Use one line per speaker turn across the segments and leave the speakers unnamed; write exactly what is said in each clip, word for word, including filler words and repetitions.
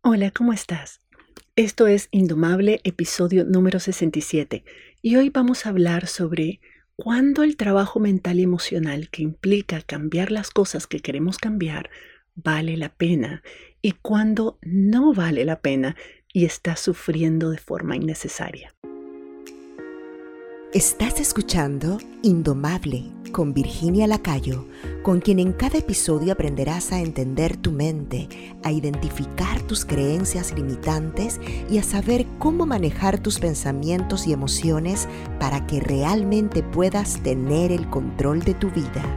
Hola, ¿cómo estás? Esto es Indomable, episodio número sesenta y siete, y hoy vamos a hablar sobre cuándo el trabajo mental y emocional que implica cambiar las cosas que queremos cambiar vale la pena y cuándo no vale la pena y estás sufriendo de forma innecesaria.
Estás escuchando Indomable con Virginia Lacayo, con quien en cada episodio aprenderás a entender tu mente, a identificar tus creencias limitantes y a saber cómo manejar tus pensamientos y emociones para que realmente puedas tener el control de tu vida.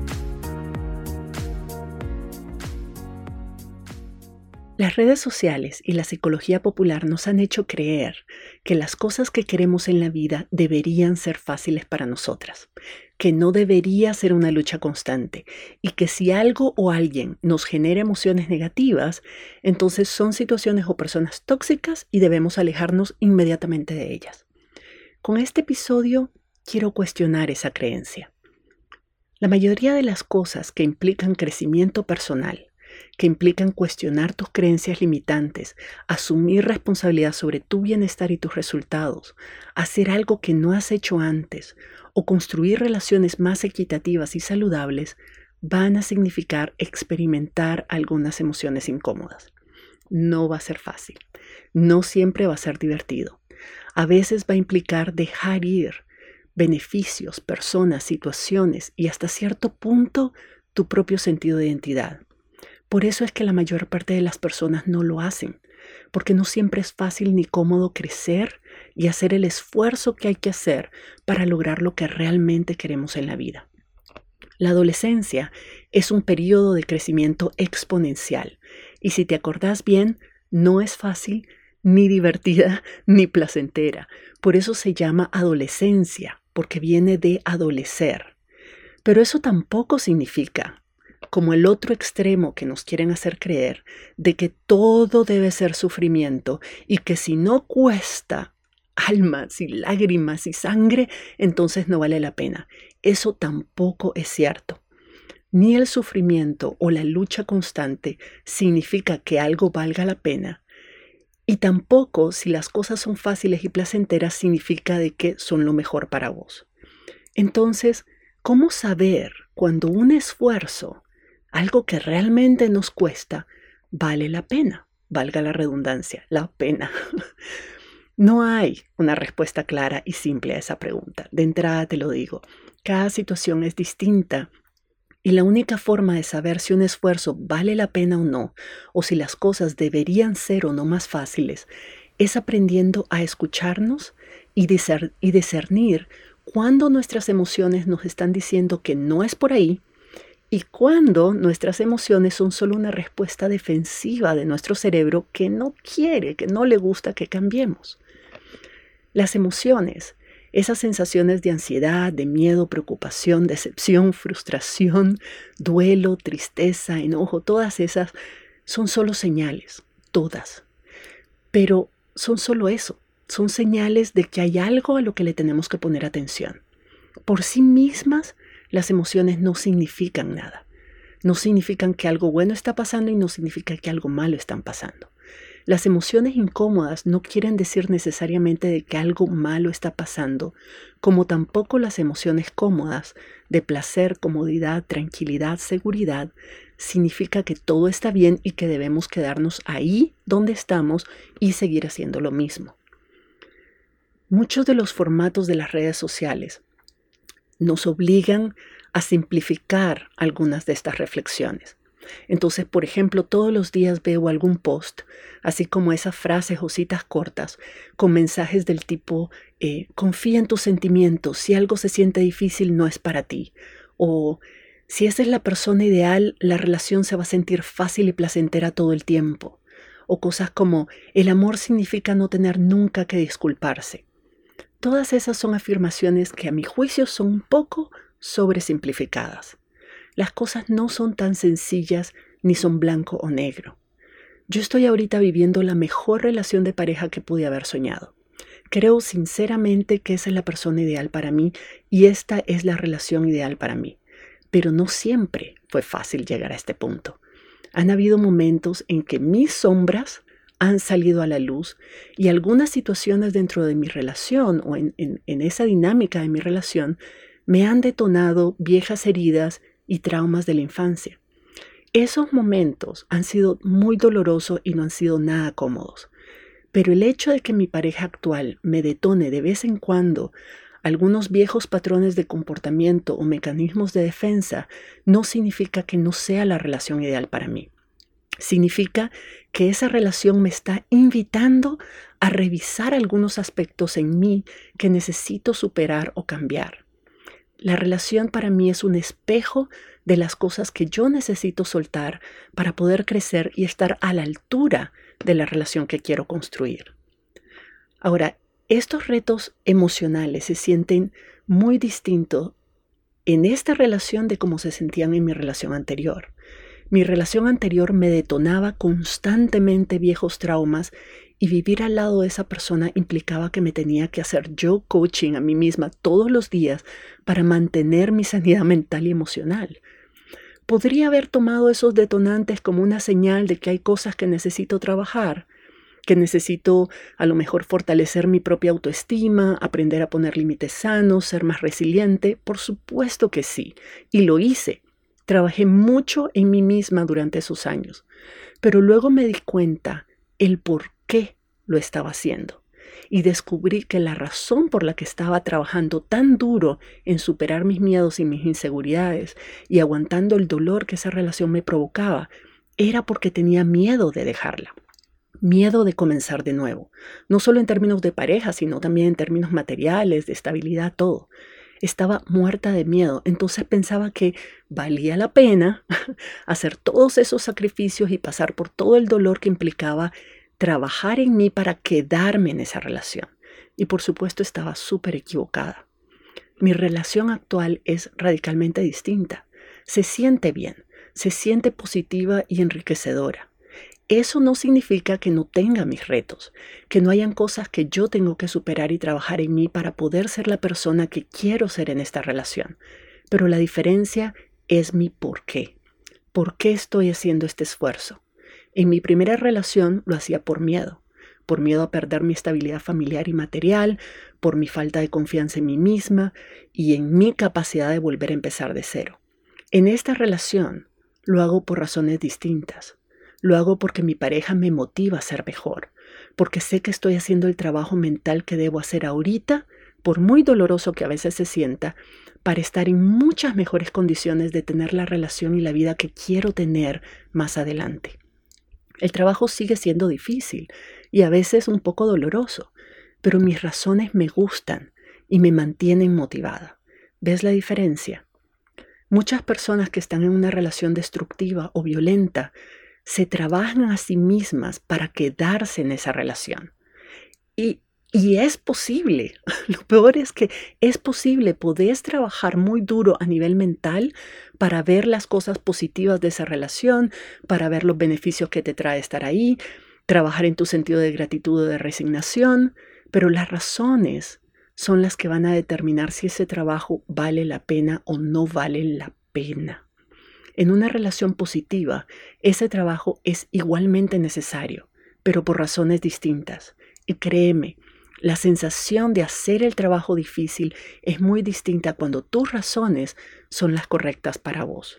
Las redes sociales y la psicología popular nos han hecho creer que las cosas que queremos en la vida deberían ser fáciles para nosotras, que no debería ser una lucha constante y que si algo o alguien nos genera emociones negativas, entonces son situaciones o personas tóxicas y debemos alejarnos inmediatamente de ellas. Con este episodio quiero cuestionar esa creencia. La mayoría de las cosas que implican crecimiento personal, que implican cuestionar tus creencias limitantes, asumir responsabilidad sobre tu bienestar y tus resultados, hacer algo que no has hecho antes o construir relaciones más equitativas y saludables, van a significar experimentar algunas emociones incómodas. No va a ser fácil, no siempre va a ser divertido. A veces va a implicar dejar ir beneficios, personas, situaciones y hasta cierto punto tu propio sentido de identidad. Por eso es que la mayor parte de las personas no lo hacen, porque no siempre es fácil ni cómodo crecer y hacer el esfuerzo que hay que hacer para lograr lo que realmente queremos en la vida. La adolescencia es un periodo de crecimiento exponencial y si te acordás bien, no es fácil, ni divertida, ni placentera. Por eso se llama adolescencia, porque viene de adolecer. Pero eso tampoco significa, como el otro extremo que nos quieren hacer creer, de que todo debe ser sufrimiento y que si no cuesta almas y lágrimas y sangre, entonces no vale la pena. Eso tampoco es cierto. Ni el sufrimiento o la lucha constante significa que algo valga la pena. Y tampoco si las cosas son fáciles y placenteras significa de que son lo mejor para vos. Entonces, ¿cómo saber cuando un esfuerzo, algo que realmente nos cuesta, vale la pena? Valga la redundancia, la pena. No hay una respuesta clara y simple a esa pregunta. De entrada te lo digo, cada situación es distinta y la única forma de saber si un esfuerzo vale la pena o no, o si las cosas deberían ser o no más fáciles, es aprendiendo a escucharnos y discernir cuándo nuestras emociones nos están diciendo que no es por ahí, y cuando nuestras emociones son solo una respuesta defensiva de nuestro cerebro que no quiere, que no le gusta que cambiemos. Las emociones, esas sensaciones de ansiedad, de miedo, preocupación, decepción, frustración, duelo, tristeza, enojo, todas esas son solo señales, todas. Pero son solo eso, son señales de que hay algo a lo que le tenemos que poner atención. Por sí mismas, las emociones no significan nada. No significan que algo bueno está pasando y no significa que algo malo está pasando. Las emociones incómodas no quieren decir necesariamente de que algo malo está pasando, como tampoco las emociones cómodas de placer, comodidad, tranquilidad, seguridad, significa que todo está bien y que debemos quedarnos ahí donde estamos y seguir haciendo lo mismo. Muchos de los formatos de las redes sociales nos obligan a simplificar algunas de estas reflexiones. Entonces, por ejemplo, todos los días veo algún post, así como esas frases o citas cortas, con mensajes del tipo, eh, confía en tus sentimientos, si algo se siente difícil no es para ti. O, si esa es la persona ideal, la relación se va a sentir fácil y placentera todo el tiempo. O cosas como, el amor significa no tener nunca que disculparse. Todas esas son afirmaciones que a mi juicio son un poco sobresimplificadas. Las cosas no son tan sencillas ni son blanco o negro. Yo estoy ahorita viviendo la mejor relación de pareja que pude haber soñado. Creo sinceramente que esa es la persona ideal para mí y esta es la relación ideal para mí. Pero no siempre fue fácil llegar a este punto. Han habido momentos en que mis sombras han salido a la luz y algunas situaciones dentro de mi relación o en, en, en esa dinámica de mi relación me han detonado viejas heridas y traumas de la infancia. Esos momentos han sido muy dolorosos y no han sido nada cómodos. Pero el hecho de que mi pareja actual me detone de vez en cuando algunos viejos patrones de comportamiento o mecanismos de defensa no significa que no sea la relación ideal para mí. Significa que esa relación me está invitando a revisar algunos aspectos en mí que necesito superar o cambiar. La relación para mí es un espejo de las cosas que yo necesito soltar para poder crecer y estar a la altura de la relación que quiero construir. Ahora, estos retos emocionales se sienten muy distintos en esta relación de cómo se sentían en mi relación anterior. Mi relación anterior me detonaba constantemente viejos traumas y vivir al lado de esa persona implicaba que me tenía que hacer yo coaching a mí misma todos los días para mantener mi sanidad mental y emocional. Podría haber tomado esos detonantes como una señal de que hay cosas que necesito trabajar, que necesito a lo mejor fortalecer mi propia autoestima, aprender a poner límites sanos, ser más resiliente. Por supuesto que sí, y lo hice. Trabajé mucho en mí misma durante esos años, pero luego me di cuenta el por qué lo estaba haciendo y descubrí que la razón por la que estaba trabajando tan duro en superar mis miedos y mis inseguridades y aguantando el dolor que esa relación me provocaba era porque tenía miedo de dejarla. Miedo de comenzar de nuevo, no solo en términos de pareja, sino también en términos materiales, de estabilidad, todo. Estaba muerta de miedo, entonces pensaba que valía la pena hacer todos esos sacrificios y pasar por todo el dolor que implicaba trabajar en mí para quedarme en esa relación. Y por supuesto estaba súper equivocada. Mi relación actual es radicalmente distinta. Se siente bien, se siente positiva y enriquecedora. Eso no significa que no tenga mis retos, que no hayan cosas que yo tengo que superar y trabajar en mí para poder ser la persona que quiero ser en esta relación. Pero la diferencia es mi por qué. ¿Por qué estoy haciendo este esfuerzo? En mi primera relación lo hacía por miedo, por miedo a perder mi estabilidad familiar y material, por mi falta de confianza en mí misma y en mi capacidad de volver a empezar de cero. En esta relación lo hago por razones distintas. Lo hago porque mi pareja me motiva a ser mejor, porque sé que estoy haciendo el trabajo mental que debo hacer ahorita, por muy doloroso que a veces se sienta, para estar en muchas mejores condiciones de tener la relación y la vida que quiero tener más adelante. El trabajo sigue siendo difícil y a veces un poco doloroso, pero mis razones me gustan y me mantienen motivada. ¿Ves la diferencia? Muchas personas que están en una relación destructiva o violenta se trabajan a sí mismas para quedarse en esa relación. Y, y es posible. Lo peor es que es posible. Podés trabajar muy duro a nivel mental para ver las cosas positivas de esa relación, para ver los beneficios que te trae estar ahí, trabajar en tu sentido de gratitud o de resignación, pero las razones son las que van a determinar si ese trabajo vale la pena o no vale la pena. En una relación positiva, ese trabajo es igualmente necesario, pero por razones distintas. Y créeme, la sensación de hacer el trabajo difícil es muy distinta cuando tus razones son las correctas para vos.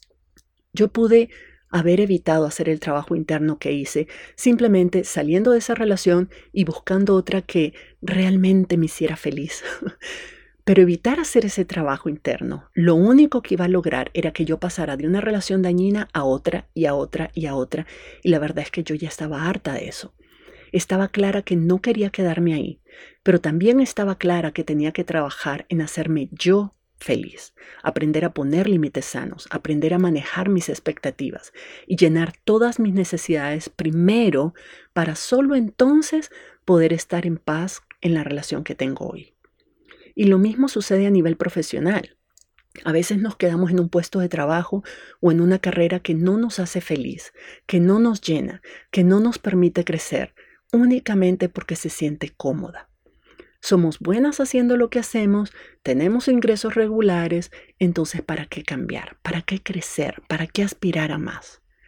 Yo pude haber evitado hacer el trabajo interno que hice simplemente saliendo de esa relación y buscando otra que realmente me hiciera feliz. Pero evitar hacer ese trabajo interno, lo único que iba a lograr era que yo pasara de una relación dañina a otra y a otra y a otra. Y la verdad es que yo ya estaba harta de eso. Estaba clara que no quería quedarme ahí, pero también estaba clara que tenía que trabajar en hacerme yo feliz, aprender a poner límites sanos, aprender a manejar mis expectativas y llenar todas mis necesidades primero para solo entonces poder estar en paz en la relación que tengo hoy. Y lo mismo sucede a nivel profesional. A veces nos quedamos en un puesto de trabajo o en una carrera que no nos hace feliz, que no nos llena, que no nos permite crecer, únicamente porque se siente cómoda. Somos buenas haciendo lo que hacemos, tenemos ingresos regulares, entonces ¿para qué cambiar? ¿Para qué crecer? ¿Para qué aspirar a más?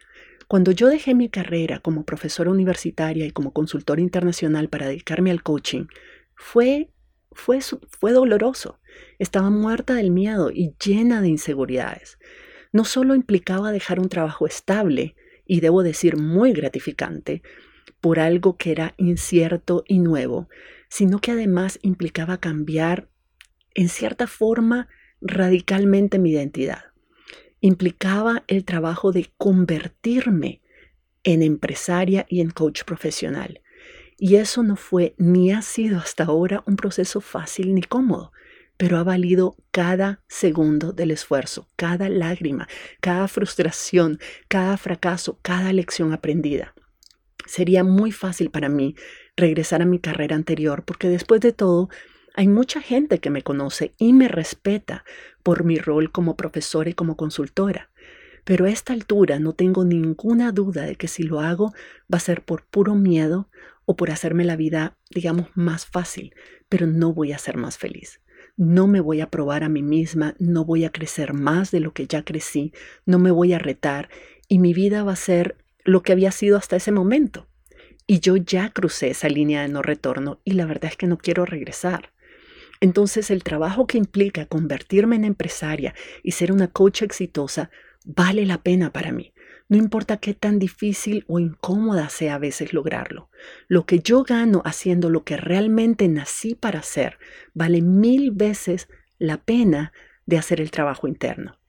Cuando yo dejé mi carrera como profesora universitaria y como consultora internacional para dedicarme al coaching, fue, fue, fue doloroso. Estaba muerta del miedo y llena de inseguridades. No solo implicaba dejar un trabajo estable, y debo decir muy gratificante, por algo que era incierto y nuevo, sino que además implicaba cambiar, en cierta forma, radicalmente mi identidad. Implicaba el trabajo de convertirme en empresaria y en coach profesional. Y eso no fue ni ha sido hasta ahora un proceso fácil ni cómodo, pero ha valido cada segundo del esfuerzo, cada lágrima, cada frustración, cada fracaso, cada lección aprendida. Sería muy fácil para mí regresar a mi carrera anterior porque después de todo hay mucha gente que me conoce y me respeta por mi rol como profesora y como consultora. Pero a esta altura no tengo ninguna duda de que si lo hago va a ser por puro miedo o por hacerme la vida, digamos, más fácil, pero no voy a ser más feliz. No me voy a probar a mí misma, no voy a crecer más de lo que ya crecí, no me voy a retar y mi vida va a ser lo que había sido hasta ese momento. Y yo ya crucé esa línea de no retorno y la verdad es que no quiero regresar. Entonces el trabajo que implica convertirme en empresaria y ser una coach exitosa vale la pena para mí. No importa qué tan difícil o incómoda sea a veces lograrlo. Lo que yo gano haciendo lo que realmente nací para hacer vale mil veces la pena de hacer el trabajo interno.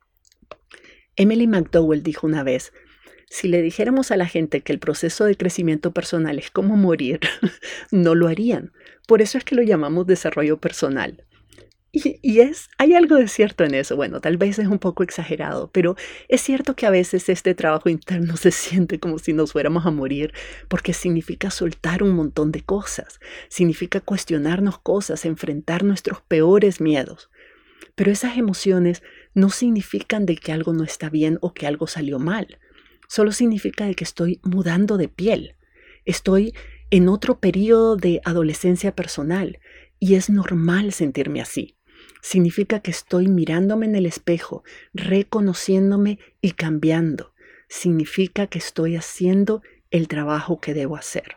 Emily McDowell dijo una vez, si le dijéramos a la gente que el proceso de crecimiento personal es como morir, no lo harían. Por eso es que lo llamamos desarrollo personal. Y, y es, hay algo de cierto en eso. Bueno, tal vez es un poco exagerado, pero es cierto que a veces este trabajo interno se siente como si nos fuéramos a morir porque significa soltar un montón de cosas, significa cuestionarnos cosas, enfrentar nuestros peores miedos. Pero esas emociones no significan de que algo no está bien o que algo salió mal. Solo significa de que estoy mudando de piel. Estoy en otro periodo de adolescencia personal y es normal sentirme así. Significa que estoy mirándome en el espejo, reconociéndome y cambiando. Significa que estoy haciendo el trabajo que debo hacer.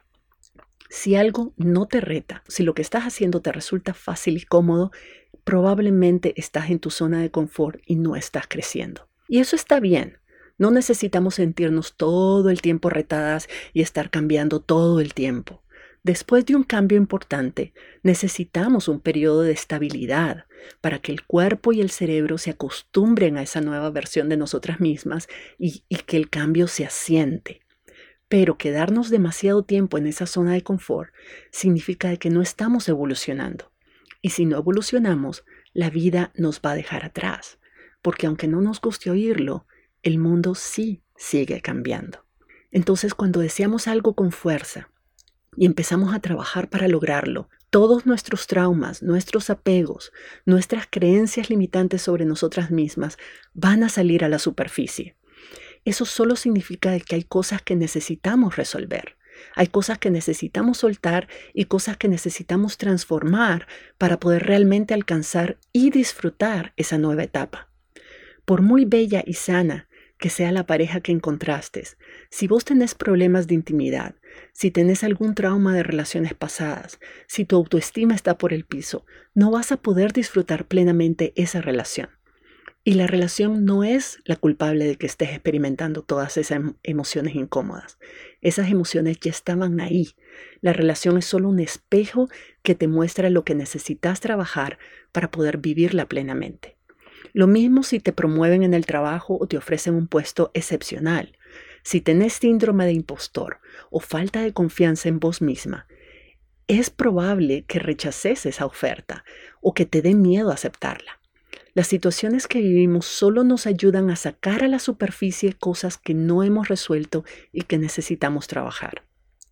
Si algo no te reta, si lo que estás haciendo te resulta fácil y cómodo, probablemente estás en tu zona de confort y no estás creciendo. Y eso está bien. No necesitamos sentirnos todo el tiempo retadas y estar cambiando todo el tiempo. Después de un cambio importante, necesitamos un periodo de estabilidad para que el cuerpo y el cerebro se acostumbren a esa nueva versión de nosotras mismas y, y que el cambio se asiente. Pero quedarnos demasiado tiempo en esa zona de confort significa que no estamos evolucionando. Y si no evolucionamos, la vida nos va a dejar atrás, porque aunque no nos guste oírlo, el mundo sí sigue cambiando. Entonces, cuando deseamos algo con fuerza y empezamos a trabajar para lograrlo, todos nuestros traumas, nuestros apegos, nuestras creencias limitantes sobre nosotras mismas van a salir a la superficie. Eso solo significa que hay cosas que necesitamos resolver. Hay cosas que necesitamos soltar y cosas que necesitamos transformar para poder realmente alcanzar y disfrutar esa nueva etapa. Por muy bella y sana que sea la pareja que encontraste, si vos tenés problemas de intimidad, si tenés algún trauma de relaciones pasadas, si tu autoestima está por el piso, no vas a poder disfrutar plenamente esa relación. Y la relación no es la culpable de que estés experimentando todas esas emociones incómodas. Esas emociones ya estaban ahí. La relación es solo un espejo que te muestra lo que necesitas trabajar para poder vivirla plenamente. Lo mismo si te promueven en el trabajo o te ofrecen un puesto excepcional. Si tenés síndrome de impostor o falta de confianza en vos misma, es probable que rechaces esa oferta o que te dé miedo aceptarla. Las situaciones que vivimos solo nos ayudan a sacar a la superficie cosas que no hemos resuelto y que necesitamos trabajar.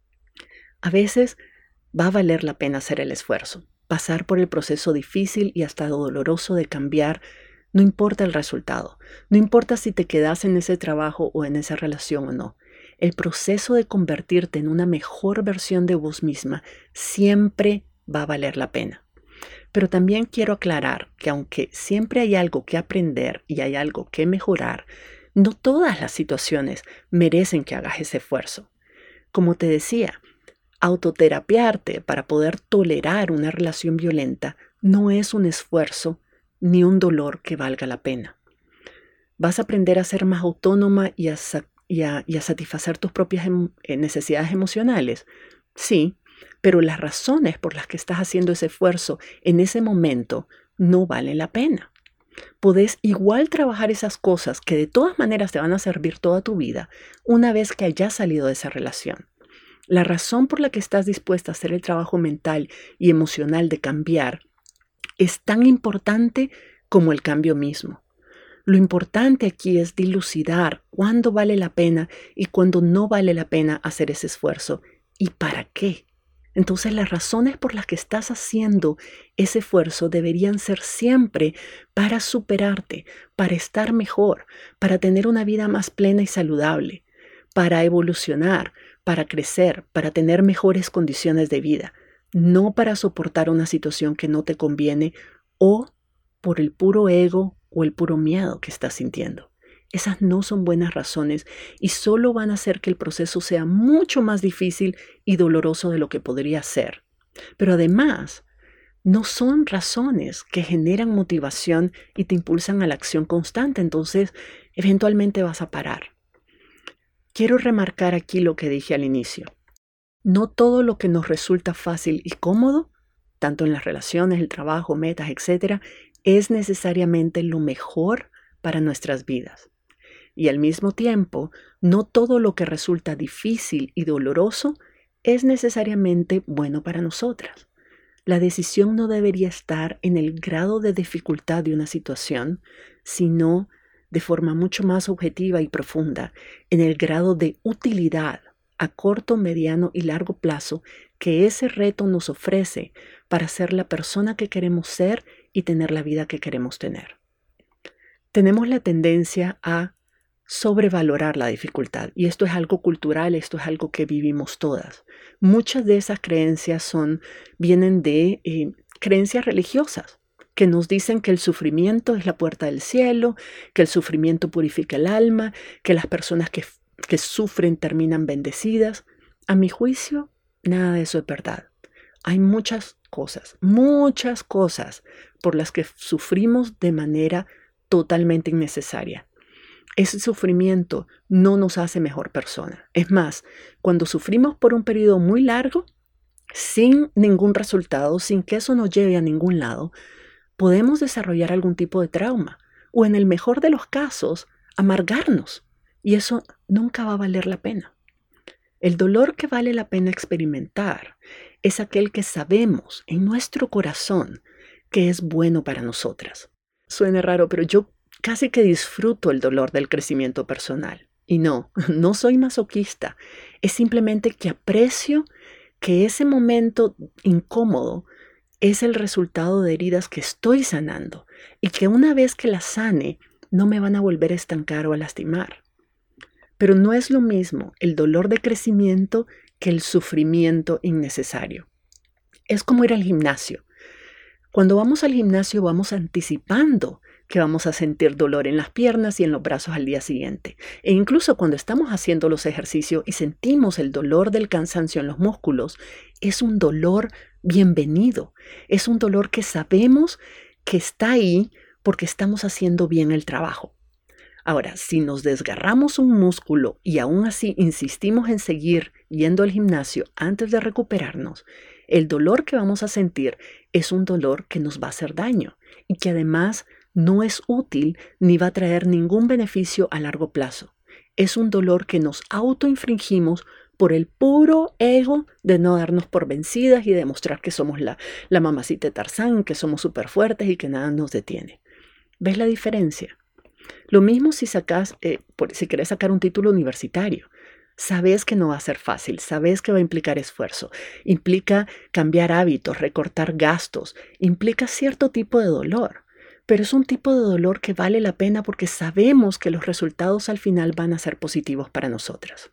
A veces va a valer la pena hacer el esfuerzo, pasar por el proceso difícil y hasta doloroso de cambiar. No importa el resultado, no importa si te quedas en ese trabajo o en esa relación o no. El proceso de convertirte en una mejor versión de vos misma siempre va a valer la pena. Pero también quiero aclarar que aunque siempre hay algo que aprender y hay algo que mejorar, No todas las situaciones merecen que hagas ese esfuerzo. Como te decía, autoterapiarte para poder tolerar una relación violenta no es un esfuerzo ni un dolor que valga la pena. ¿Vas a aprender a ser más autónoma y a, y a, y a satisfacer tus propias em- necesidades emocionales? Sí, pero las razones por las que estás haciendo ese esfuerzo en ese momento no valen la pena. Podés igual trabajar esas cosas que de todas maneras te van a servir toda tu vida una vez que hayas salido de esa relación. La razón por la que estás dispuesta a hacer el trabajo mental y emocional de cambiar es tan importante como el cambio mismo. Lo importante aquí es dilucidar cuándo vale la pena y cuándo no vale la pena hacer ese esfuerzo y para qué. Entonces las razones por las que estás haciendo ese esfuerzo deberían ser siempre para superarte, para estar mejor, para tener una vida más plena y saludable, para evolucionar, para crecer, para tener mejores condiciones de vida, no para soportar una situación que no te conviene o por el puro ego o el puro miedo que estás sintiendo. Esas no son buenas razones y solo van a hacer que el proceso sea mucho más difícil y doloroso de lo que podría ser. Pero además, no son razones que generan motivación y te impulsan a la acción constante, entonces eventualmente vas a parar. Quiero remarcar aquí lo que dije al inicio. No todo lo que nos resulta fácil y cómodo, tanto en las relaciones, el trabajo, metas, etcétera, es necesariamente lo mejor para nuestras vidas. Y al mismo tiempo, no todo lo que resulta difícil y doloroso es necesariamente bueno para nosotras. La decisión no debería estar en el grado de dificultad de una situación, sino de forma mucho más objetiva y profunda, en el grado de utilidad a corto, mediano y largo plazo que ese reto nos ofrece para ser la persona que queremos ser y tener la vida que queremos tener. Tenemos la tendencia a sobrevalorar la dificultad y esto es algo cultural, esto es algo que vivimos todas. Muchas de esas creencias son, vienen de eh, creencias religiosas que nos dicen que el sufrimiento es la puerta del cielo, que el sufrimiento purifica el alma, que las personas que, que sufren terminan bendecidas. A mi juicio, nada de eso es verdad. Hay muchas cosas, muchas cosas por las que sufrimos de manera totalmente innecesaria. Ese sufrimiento no nos hace mejor persona. Es más, cuando sufrimos por un periodo muy largo, sin ningún resultado, sin que eso nos lleve a ningún lado, podemos desarrollar algún tipo de trauma o, en el mejor de los casos, amargarnos. Y eso nunca va a valer la pena. El dolor que vale la pena experimentar es aquel que sabemos en nuestro corazón que es bueno para nosotras. Suena raro, pero yo casi que disfruto el dolor del crecimiento personal. Y no, no soy masoquista. Es simplemente que aprecio que ese momento incómodo es el resultado de heridas que estoy sanando y que una vez que las sane no me van a volver a estancar o a lastimar. Pero no es lo mismo el dolor de crecimiento que el sufrimiento innecesario. Es como ir al gimnasio. Cuando vamos al gimnasio vamos anticipando que vamos a sentir dolor en las piernas y en los brazos al día siguiente. E incluso cuando estamos haciendo los ejercicios y sentimos el dolor del cansancio en los músculos, es un dolor bienvenido. Es un dolor que sabemos que está ahí porque estamos haciendo bien el trabajo. Ahora, si nos desgarramos un músculo y aún así insistimos en seguir yendo al gimnasio antes de recuperarnos, el dolor que vamos a sentir es un dolor que nos va a hacer daño y que además no es útil ni va a traer ningún beneficio a largo plazo. Es un dolor que nos autoinfringimos por el puro ego de no darnos por vencidas y demostrar que somos la, la mamacita de Tarzán, que somos súper fuertes y que nada nos detiene. ¿Ves la diferencia? Lo mismo si sacas, eh, por, si querés sacar un título universitario. Sabes que no va a ser fácil, sabes que va a implicar esfuerzo, implica cambiar hábitos, recortar gastos, implica cierto tipo de dolor, pero es un tipo de dolor que vale la pena porque sabemos que los resultados al final van a ser positivos para nosotras.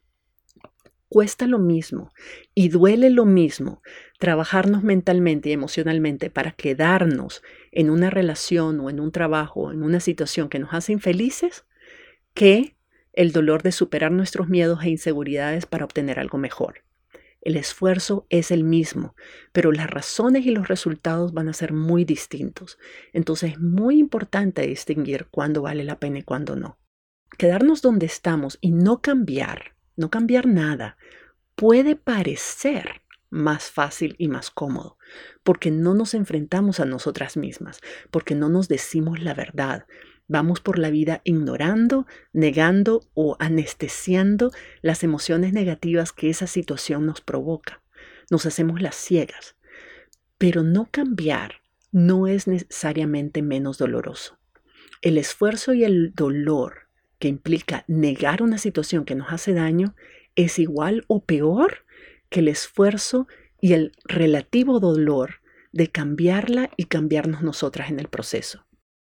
Cuesta lo mismo y duele lo mismo trabajarnos mentalmente y emocionalmente para quedarnos en una relación o en un trabajo o en una situación que nos hace infelices que el dolor de superar nuestros miedos e inseguridades para obtener algo mejor. El esfuerzo es el mismo, pero las razones y los resultados van a ser muy distintos. Entonces es muy importante distinguir cuándo vale la pena y cuándo no. Quedarnos donde estamos y no cambiar, no cambiar nada, puede parecer más fácil y más cómodo, porque no nos enfrentamos a nosotras mismas, porque no nos decimos la verdad. Vamos por la vida ignorando, negando o anestesiando las emociones negativas que esa situación nos provoca. Nos hacemos las ciegas. Pero no cambiar no es necesariamente menos doloroso. El esfuerzo y el dolor que implica negar una situación que nos hace daño es igual o peor que el esfuerzo y el relativo dolor de cambiarla y cambiarnos nosotras en el proceso.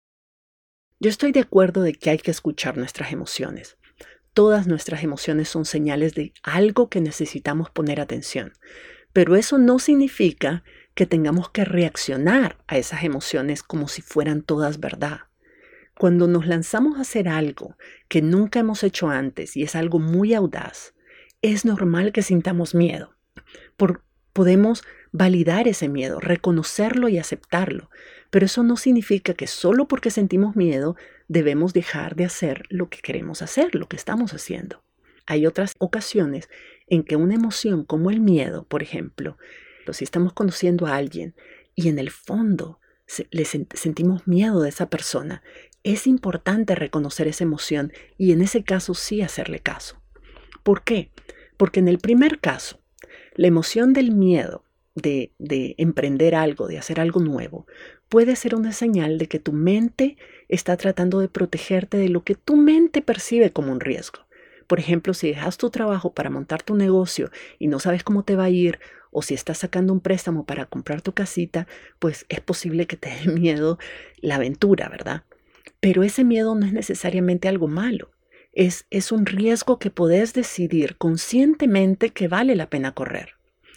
Yo estoy de acuerdo de que hay que escuchar nuestras emociones. Todas nuestras emociones son señales de algo que necesitamos poner atención, pero eso no significa que tengamos que reaccionar a esas emociones como si fueran todas verdad. Cuando nos lanzamos a hacer algo que nunca hemos hecho antes y es algo muy audaz, es normal que sintamos miedo. Por, podemos validar ese miedo, reconocerlo y aceptarlo, pero eso no significa que solo porque sentimos miedo debemos dejar de hacer lo que queremos hacer, lo que estamos haciendo. Hay otras ocasiones en que una emoción como el miedo, por ejemplo, si estamos conociendo a alguien y en el fondo se, le sent, sentimos miedo de esa persona, es importante reconocer esa emoción y en ese caso sí hacerle caso. ¿Por qué? Porque en el primer caso, la emoción del miedo de, de emprender algo, de hacer algo nuevo, puede ser una señal de que tu mente está tratando de protegerte de lo que tu mente percibe como un riesgo. Por ejemplo, si dejas tu trabajo para montar tu negocio y no sabes cómo te va a ir, o si estás sacando un préstamo para comprar tu casita, pues es posible que te dé miedo la aventura, ¿verdad? Pero ese miedo no es necesariamente algo malo. Es, es un riesgo que podés decidir conscientemente que vale la pena correr.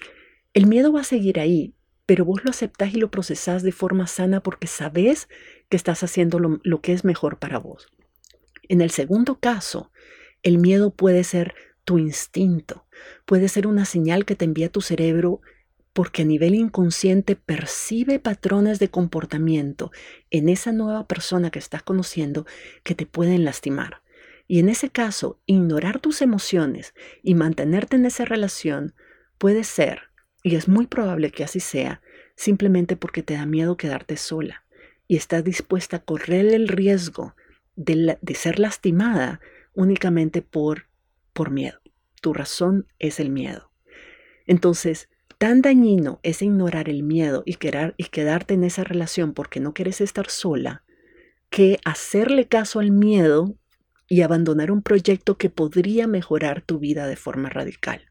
El miedo va a seguir ahí, pero vos lo aceptás y lo procesás de forma sana porque sabés que estás haciendo lo, lo que es mejor para vos. En el segundo caso, el miedo puede ser tu instinto, puede ser una señal que te envía tu cerebro porque a nivel inconsciente percibe patrones de comportamiento en esa nueva persona que estás conociendo que te pueden lastimar. Y en ese caso, ignorar tus emociones y mantenerte en esa relación puede ser, y es muy probable que así sea, simplemente porque te da miedo quedarte sola y estás dispuesta a correr el riesgo de, la, de ser lastimada únicamente por, por miedo. Tu razón es el miedo. Entonces, tan dañino es ignorar el miedo y, quedar, y quedarte en esa relación porque no quieres estar sola, que hacerle caso al miedo y abandonar un proyecto que podría mejorar tu vida de forma radical.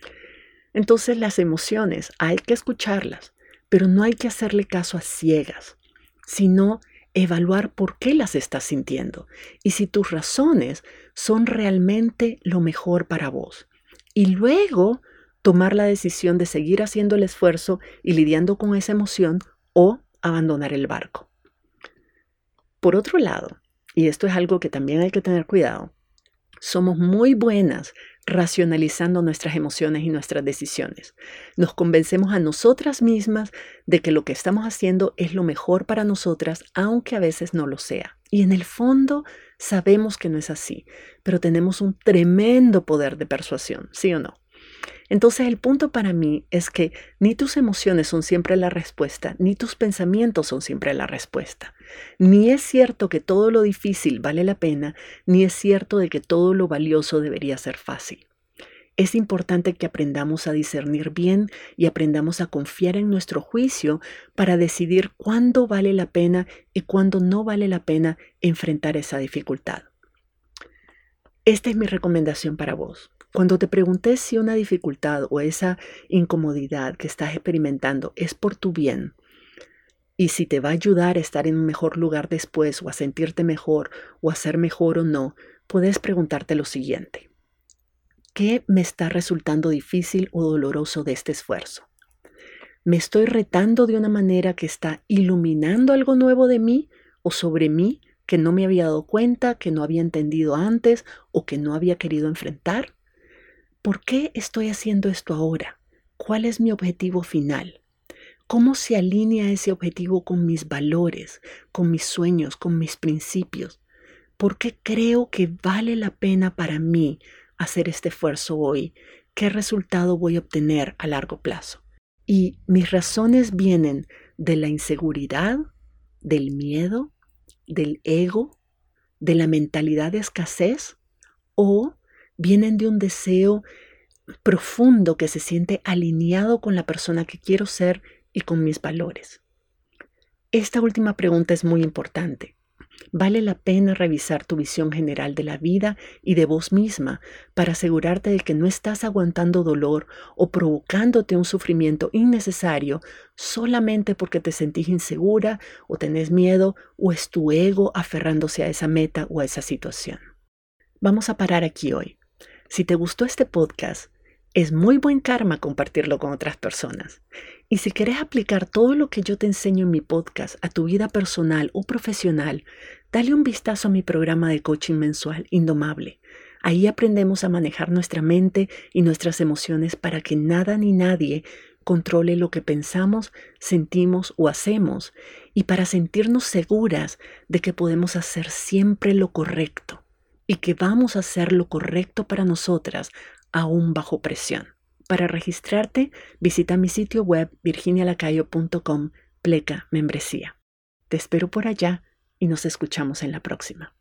Entonces, las emociones hay que escucharlas, pero no hay que hacerle caso a ciegas, sino evaluar por qué las estás sintiendo y si tus razones son realmente lo mejor para vos. Y luego tomar la decisión de seguir haciendo el esfuerzo y lidiando con esa emoción o abandonar el barco. Por otro lado, y esto es algo que también hay que tener cuidado, somos muy buenas racionalizando nuestras emociones y nuestras decisiones. Nos convencemos a nosotras mismas de que lo que estamos haciendo es lo mejor para nosotras, aunque a veces no lo sea. Y en el fondo sabemos que no es así, pero tenemos un tremendo poder de persuasión, ¿sí o no? Entonces el punto para mí es que ni tus emociones son siempre la respuesta, ni tus pensamientos son siempre la respuesta. Ni es cierto que todo lo difícil vale la pena, ni es cierto de que todo lo valioso debería ser fácil. Es importante que aprendamos a discernir bien y aprendamos a confiar en nuestro juicio para decidir cuándo vale la pena y cuándo no vale la pena enfrentar esa dificultad. Esta es mi recomendación para vos. Cuando te preguntes si una dificultad o esa incomodidad que estás experimentando es por tu bien y si te va a ayudar a estar en un mejor lugar después o a sentirte mejor o a ser mejor o no, puedes preguntarte lo siguiente. ¿Qué me está resultando difícil o doloroso de este esfuerzo? ¿Me estoy retando de una manera que está iluminando algo nuevo de mí o sobre mí que no me había dado cuenta, que no había entendido antes o que no había querido enfrentar? ¿Por qué estoy haciendo esto ahora? ¿Cuál es mi objetivo final? ¿Cómo se alinea ese objetivo con mis valores, con mis sueños, con mis principios? ¿Por qué creo que vale la pena para mí hacer este esfuerzo hoy? ¿Qué resultado voy a obtener a largo plazo? Y mis razones vienen de la inseguridad, del miedo, del ego, de la mentalidad de escasez, o vienen de un deseo profundo que se siente alineado con la persona que quiero ser y con mis valores. Esta última pregunta es muy importante. Vale la pena revisar tu visión general de la vida y de vos misma para asegurarte de que no estás aguantando dolor o provocándote un sufrimiento innecesario solamente porque te sentís insegura o tenés miedo o es tu ego aferrándose a esa meta o a esa situación. Vamos a parar aquí hoy. Si te gustó este podcast, es muy buen karma compartirlo con otras personas. Y si quieres aplicar todo lo que yo te enseño en mi podcast a tu vida personal o profesional, dale un vistazo a mi programa de coaching mensual Indomable. Ahí aprendemos a manejar nuestra mente y nuestras emociones para que nada ni nadie controle lo que pensamos, sentimos o hacemos, y para sentirnos seguras de que podemos hacer siempre lo correcto y que vamos a hacer lo correcto para nosotras, aún bajo presión. Para registrarte, visita mi sitio web virginia lacayo punto com, pleca membresía. Te espero por allá y nos escuchamos en la próxima.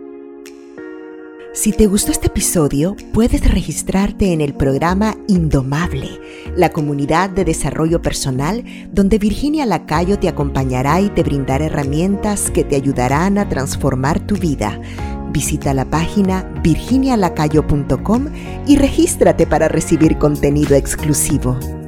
Si te gustó este episodio, puedes registrarte en el programa Indomable, la comunidad de desarrollo personal donde Virginia Lacayo te acompañará y te brindará herramientas que te ayudarán a transformar tu vida. Visita la página virginia lacayo punto com y regístrate para recibir contenido exclusivo.